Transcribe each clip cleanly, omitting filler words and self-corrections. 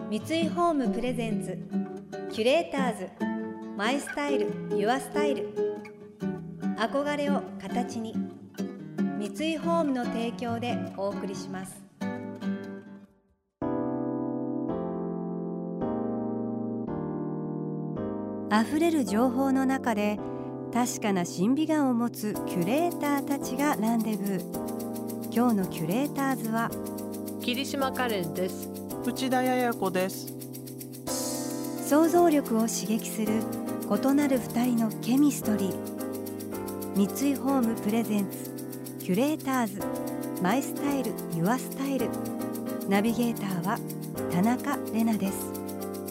三井ホームプレゼンツキュレーターズマイスタイルユアスタイル、憧れを形に、三井ホームの提供でお送りします。あふれる情報の中で確かな審美眼を持つキュレーターたちがランデブー。今日のキュレーターズは桐島カレンです。 内田彩子です。 想像力を刺激する異なる二人のケミストリー。三井ホームプレゼンツキュレーターズマイスタイルユアスタイル、ナビゲーターは田中れなです。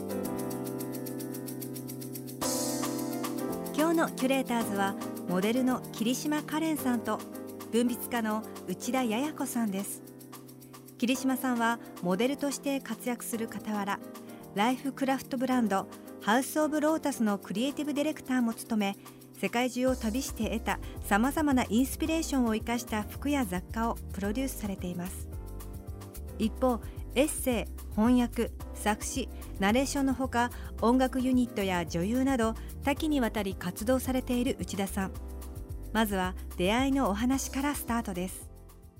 今日のキュレーターズはモデルの桐島カレンさんと文筆家の内田彩子さんです。桐島さんはモデルとして活躍する傍ら、ライフクラフトブランドハウスオブロータスのクリエイティブディレクターも務め、世界中を旅して得たさまざまなインスピレーションを生かした服や雑貨をプロデュースされています。一方、エッセイ、翻訳、作詞、ナレーションのほか、音楽ユニットや女優など多岐にわたり活動されている内田さん。まずは出会いのお話からスタートです。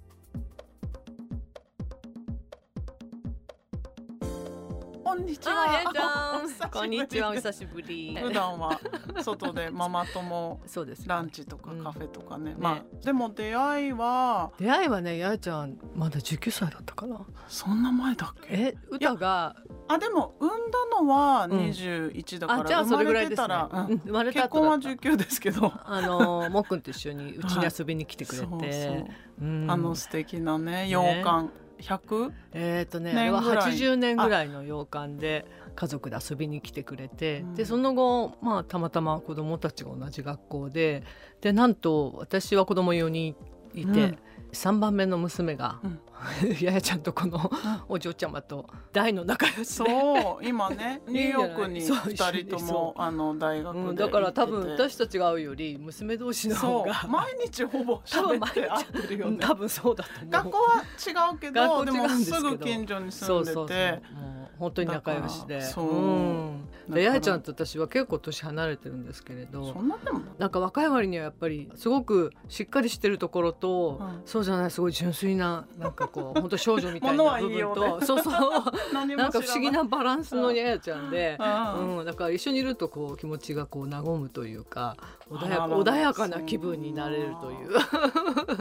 こんにちは。 こんにちは、お久しぶり。 普段は外でママ友そうです、 ランチとかカフェとかね、 ね。 まあでも出会いはね、ややちゃんまだ19歳だったかな。 そんな前だっけ。 歌がでも産んだのは21だから、 じゃあそれぐらいですね。生まれた後だった。 結婚は19ですけどもっくんと一緒にうちに遊びに来てくれて、 そう素敵なね洋館、100？ あれは80年ぐらいの洋館で家族で遊びに来てくれて、でその後、たまたま子供たちが同じ学校で、なんと私は子供4人いて、3番目の娘が、ややちゃんとこのお嬢ちゃまと大の仲良しで、 そう今ねニューヨークに2人とも大学で行ってて、 だから多分私たちが会うより娘同士の方が毎日ほぼ喋って会ってるよね。 多分そうだと思う。 学校は違うけど、でもすぐ近所に住んでて、 本当に仲良しで、 でややちゃんと私は結構年離れてるんですけれど、 そんなでもなんか若い割にはやっぱりすごくしっかりしてるところと、そうじゃないすごい純粋ななんかこう本当少女みたいな部分とそうなんか不思議なバランスのややちゃんで、だから一緒にいるとこう気持ちがこう和むというか、穏やかな気分になれるという。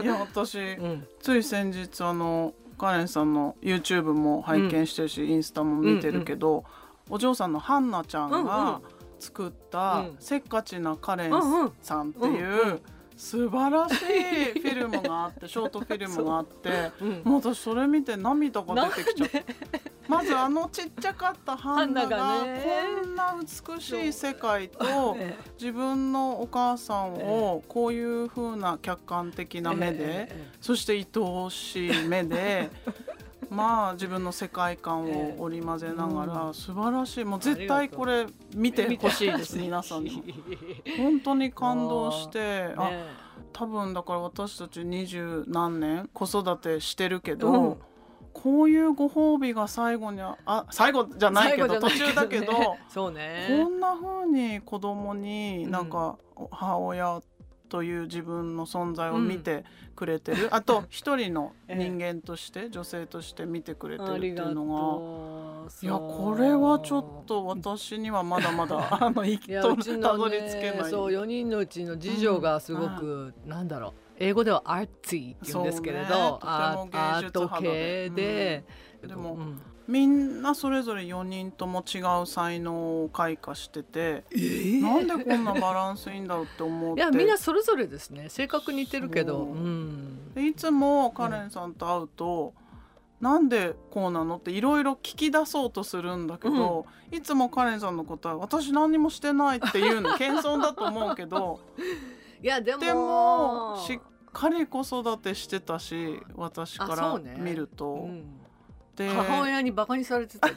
いや私、つい先日カレンさんの YouTube も拝見してるし、インスタも見てるけど、お嬢さんのハンナちゃんが作ったせっかちなカレンさんっていう素晴らしいフィルムがあってショートフィルムがあって、もう私それ見て涙が出てきちゃって。まずちっちゃかったハンナがこんな美しい世界と自分のお母さんをこういう風な客観的な目で、そして愛おしい目で自分の世界観を織り交ぜながら、素晴らしい。もう絶対これ見てほしいです皆さんに。本当に感動して、多分だから私たち20何年子育てしてるけど、こういうご褒美が最後に最後じゃないけど途中だけどそうね、 こんな風に子供になんか母親という自分の存在を見てくれてる、あと一人の人間として、女性として見てくれてるっていうのが、いやこれはちょっと私にはまだまだたどり着けない。 そう4人のうちの次女がすごく、なんだろう、英語ではアーティーって言うんですけれど、アート系で、 でも、みんなそれぞれ4人とも違う才能を開花してて、なんでこんなバランスいいんだろうって思って。 いやみんなそれぞれですね、性格似てるけど、 でいつもカレンさんと会うと、なんでこうなのっていろいろ聞き出そうとするんだけど、いつもカレンさんの答え、私何にもしてないっていうの謙遜だと思うけどいやでもしっかり子育てしてたし、私から見ると、 で母親にバカにされてたやつ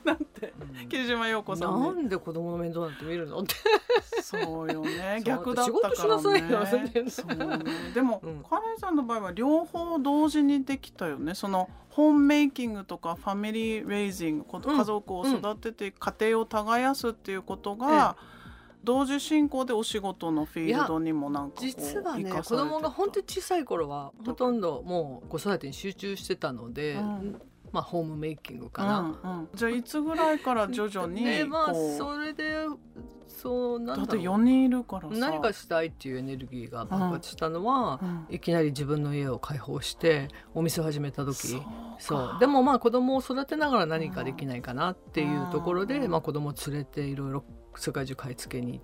なんて、桐島洋子さんなんで子供の面倒なんて見るのってそうよね、逆だったからね。そうでも、カレンさんの場合は両方同時にできたよね。そのホームメイキングとかファミリーレイジング、家族を育てて家庭を耕すっていうことが、同時進行でお仕事のフィールドにもなんかこう実はね、子供が本当に小さい頃はほとんどもう子育てに集中してたので、まあホームメイキングかな、 じゃあいつぐらいから徐々にまあそれでそうなんだろう、 だって4人いるからさ、 何かしたいっていうエネルギーが爆発したのは、いきなり自分の家を開放してお店を始めた時、そうでもまあ子供を育てながら何かできないかなっていうところで、まあ子供を連れていろいろ世界中買い付けに行って、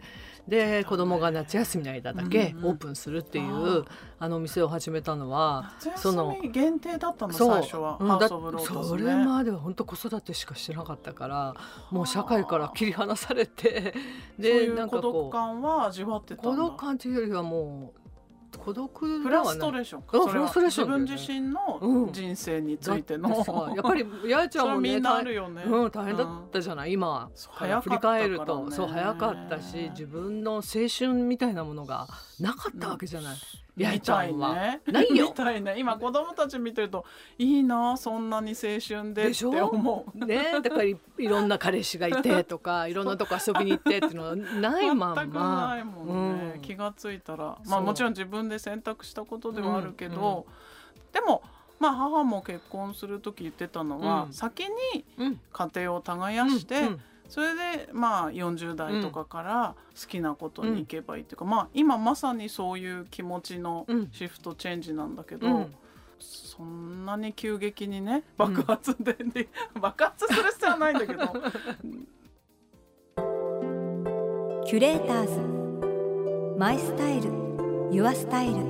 で子供が夏休みの間だけオープンするっていうお店を始めたのは、 夏休み限定だったの、最初はハウスオブロードズね。 それまでは本当子育てしかしてなかったから、もう社会から切り離されて、 でなんかこう孤独感は味わってたんだ。 孤独感というよりはもう孤独ではない、 フラストレーション、 フラストレーション、 自分自身の人生についての、 やっぱりやちゃんもね、 みんなあるよね、 大変だったじゃない、今振り返ると。そう早かったし、自分の青春みたいなものがなかったわけじゃない、やいちゃんはないよみたいね。今子供たち見てるといいな、そんなに青春でって思うね。だからいろんな彼氏がいてとかいろんなとこ遊びに行ってっていうのはないまんま、 全くないもんね、気がついたら、まあもちろん自分で選択したことではあるけど、でもまあ母も結婚する時言ってたのは、先に家庭を耕して、それでまあ40代とかから好きなことに行けばいいっていうか、まあ今まさにそういう気持ちのシフトチェンジなんだけど、そんなに急激にね爆発で、爆発する必要はないんだけどキュレーターズマイスタイルユアスタイル。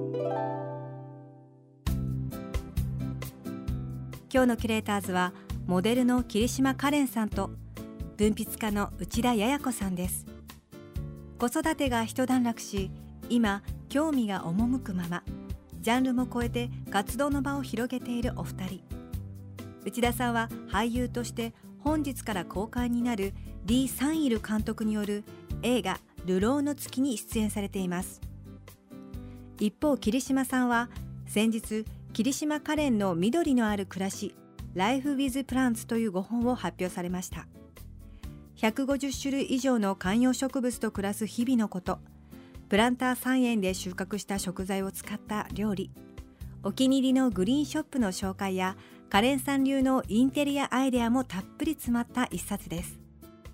今日のキュレーターズはモデルの桐島かれんさんと文筆家の内田也子さんです。子育てが一段落し、今興味が赴くままジャンルも超えて活動の場を広げているお二人。内田さんは俳優として本日から公開になるリー・サンイル監督による映画流浪の月に出演されています。一方桐島さんは先日桐島かれんの緑のある暮らし Life with Plants という5本を発表されました。150種類以上の観葉植物と暮らす日々のこと、プランター菜園で収穫した食材を使った料理、お気に入りのグリーンショップの紹介やかれんさん流のインテリアアイデアもたっぷり詰まった一冊です。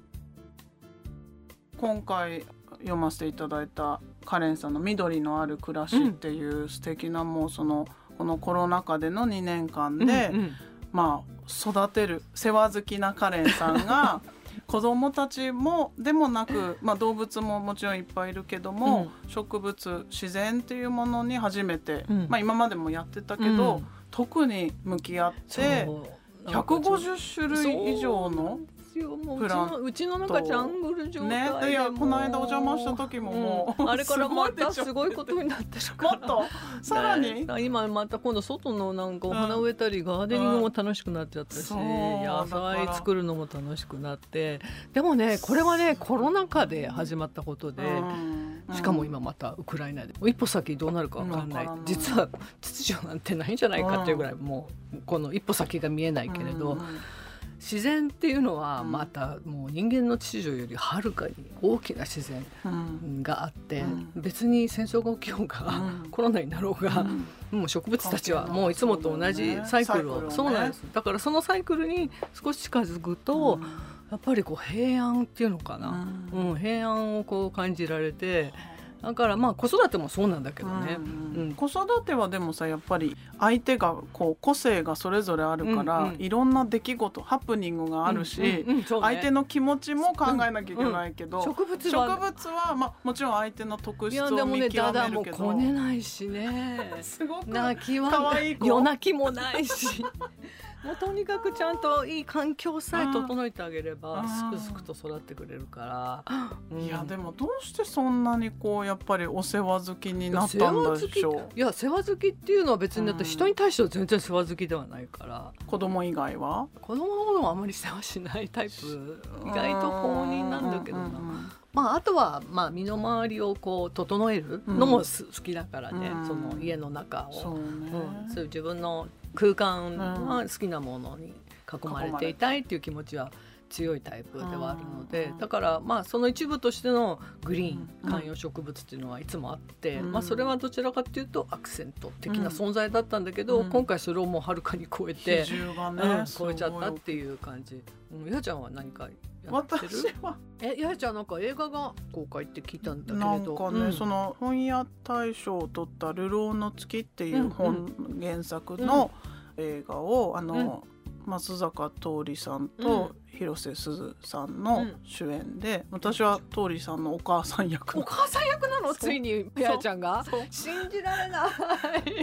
今回読ませていただいたかれんさんの緑のある暮らしっていう素敵な、もうこのコロナ禍での2年間で、まあ育てる世話好きなかれんさんが子どもたちもでもなく、まあ、動物ももちろんいっぱいいるけども、植物自然っていうものに初めて、まあ、今までもやってたけど、特に向き合って150種類以上のプラン、うちの中ジャングル状態で、 いやこの間お邪魔した時ももう、 あれからまたすごいことになってるからもっとさらに、 今また今度外のなんかお花植えたり、ガーデニングも楽しくなっちゃったし、野菜作るのも楽しくなって、でもねこれはねコロナ禍で始まったことで、しかも今またウクライナで一歩先どうなるか分からない、実は秩序なんてないんじゃないかっていうぐらい、もうこの一歩先が見えないけれど、自然っていうのはまたもう人間の秩序よりはるかに大きな自然があって、別に戦争が起きようが、コロナになろうが、もう植物たちはもういつもと同じサイクルを、そうなんです。だからそのサイクルに少し近づくと、やっぱりこう平安っていうのかな、平安をこう感じられて、だからまあ子育てもそうなんだけどね、 子育てはでもさ、やっぱり相手がこう個性がそれぞれあるから、いろんな出来事ハプニングがあるし、相手の気持ちも考えなきゃいけないけど、 植物は、まあ、もちろん相手の特質を見極めるけど、 だもこねないしねすごく泣きは可愛い子、 夜泣きもないしもうとにかくちゃんといい環境さえ整えてあげればすくすくと育ってくれるから、 いやでもどうしてそんなにこうやっぱりお世話好きになったんでしょう。 いや世話好きっていうのは別にだって人に対しては全然世話好きではないから、 子供以外は子供のこともあんまり世話しないタイプ、意外と放任なんだけどな、まあ、あとはまあ身の回りをこう整えるのも好きだからね、その家の中をそういう自分の空間は好きなものに囲まれていたいっていう気持ちは強いタイプではあるので、だからまあその一部としてのグリーン観葉植物っていうのはいつもあって、まあそれはどちらかっていうとアクセント的な存在だったんだけど、今回それをもうはるかに超えて超えちゃったっていう感じ。やちゃんは何かやってる？ 私はやちゃんなんか映画が公開って聞いたんだけれど、 なんかね、その本屋大賞を取った流浪の月っていう原作の映画を松坂桃李さんと広瀬すずさんの主演で、私は桃李さんのお母さん役。 お母さん役なの？ついにやちゃんが信じられない。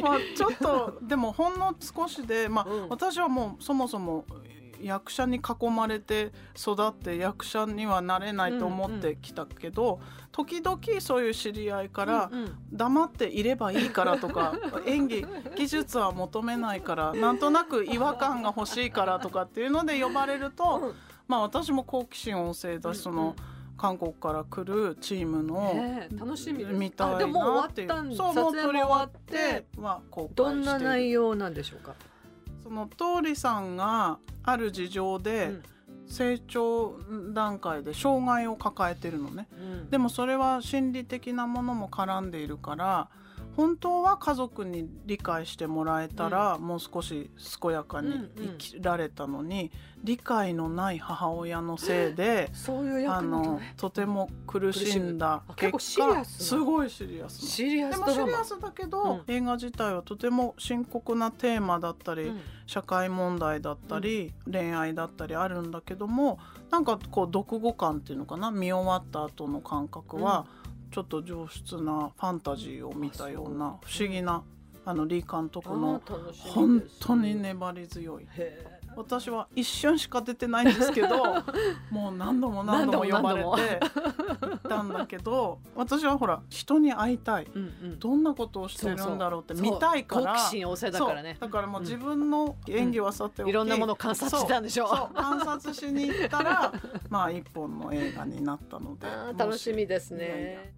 まあちょっとでもほんの少しで、まあ私はもうそもそも役者に囲まれて育って役者にはなれないと思ってきたけど、時々そういう知り合いから黙っていればいいからとか、演技技術は求めないからなんとなく違和感が欲しいからとかっていうので呼ばれると、まあ私も好奇心旺盛だし、その韓国から来るチームの楽しみみたいなっていう。 でも終わったんです。 そう、もう撮り終わって公開している。 どんな内容なんでしょうか？ その桃李さんがある事情で成長段階で障害を抱えてるのね、でもそれは心理的なものも絡んでいるから、本当は家族に理解してもらえたらもう少し健やかに生きられたのに、理解のない母親のせいでそういう役なんだね。 とても苦しんだ結果、すごいシリアスな、でもシリアスだけど、映画自体はとても深刻なテーマだったり、社会問題だったり、恋愛だったりあるんだけども、なんかこう読後感っていうのかな、見終わった後の感覚は、ちょっと上質なファンタジーを見たような不思議なリー監督の本当に粘り強い。私は一瞬しか出てないんですけどもう何度も呼ばれて行ったんだけど、私はほら人に会いたい、どんなことをしてるんだろうって見たいから、 好奇心旺盛だからね。 だからもう自分の演技はさておき、 いろんなものを観察したんでしょう。 そう観察しに行ったらまあ一本の映画になったので楽しみですね。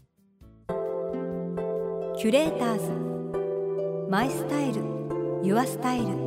キュレーターズマイスタイルユアスタイル。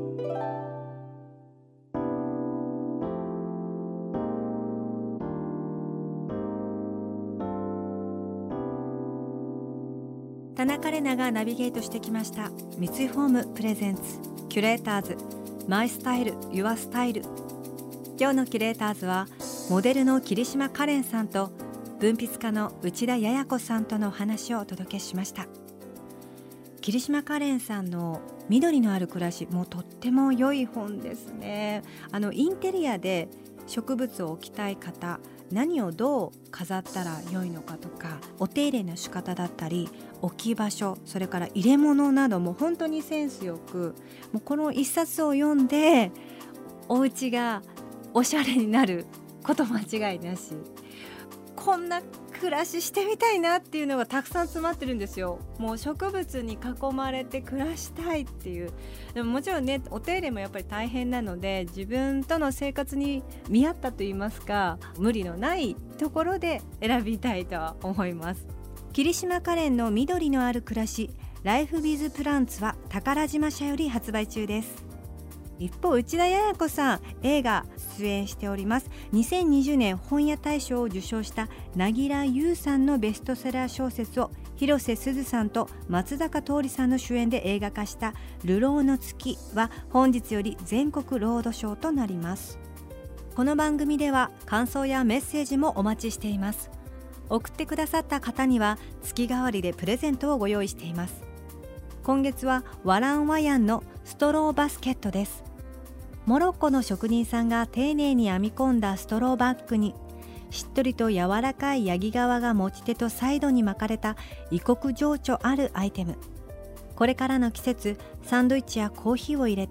田中玲奈がナビゲートしてきました三井ホームプレゼンツキュレーターズマイスタイルユアスタイル。今日のキュレーターズはモデルの桐島かれんさんと文筆家の内田也子さんとのお話をお届けしました。桐島かれんさんの緑のある暮らし、もうとっても良い本ですね。インテリアで植物を置きたい方、何をどう飾ったら良いのかとか、お手入れの仕方だったり置き場所、それから入れ物なども本当にセンスよく、もうこの一冊を読んでお家がおしゃれになること間違いなし、こんな暮らししてみたいなっていうのがたくさん詰まってるんですよ。もう植物に囲まれて暮らしたいっていう。でももちろんね、お手入れもやっぱり大変なので、自分との生活に見合ったといいますか、無理のないところで選びたいとは思います。桐島かれんの緑のある暮らしライフビズプランツは宝島社より発売中です。一方、内田也子さん、映画出演しております。2020年本屋大賞を受賞した凪良優さんのベストセラー小説を広瀬すずさんと松坂桃李さんの主演で映画化した流浪の月は本日より全国ロードショーとなります。この番組では感想やメッセージもお待ちしています。送ってくださった方には月替わりでプレゼントをご用意しています。今月はワランワヤンのストローバスケットです。モロッコの職人さんが丁寧に編み込んだストローバッグに、しっとりと柔らかいヤギ皮が持ち手とサイドに巻かれた異国情緒あるアイテム。これからの季節、サンドイッチやコーヒーを入れて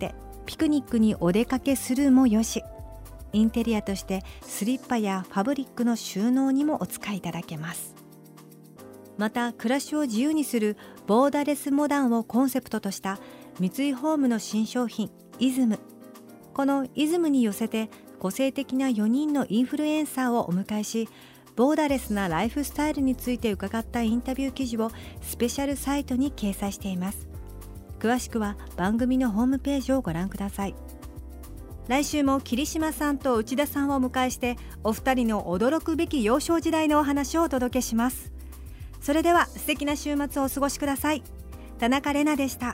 ピクニックにお出かけするもよし、インテリアとしてスリッパやファブリックの収納にもお使いいただけます。また暮らしを自由にするボーダレスモダンをコンセプトとした三井ホームの新商品イズム。このイズムに寄せて個性的な4人のインフルエンサーをお迎えし、ボーダレスなライフスタイルについて伺ったインタビュー記事をスペシャルサイトに掲載しています。詳しくは番組のホームページをご覧ください。来週も桐島さんと内田さんをお迎えして、お二人の驚くべき幼少時代のお話をお届けします。それでは素敵な週末をお過ごしください。田中れなでした。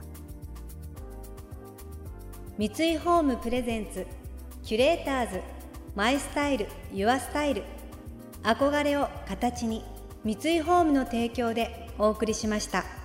三井ホームプレゼンツキュレーターズマイスタイルユアスタイル、憧れを形に、三井ホームの提供でお送りしました。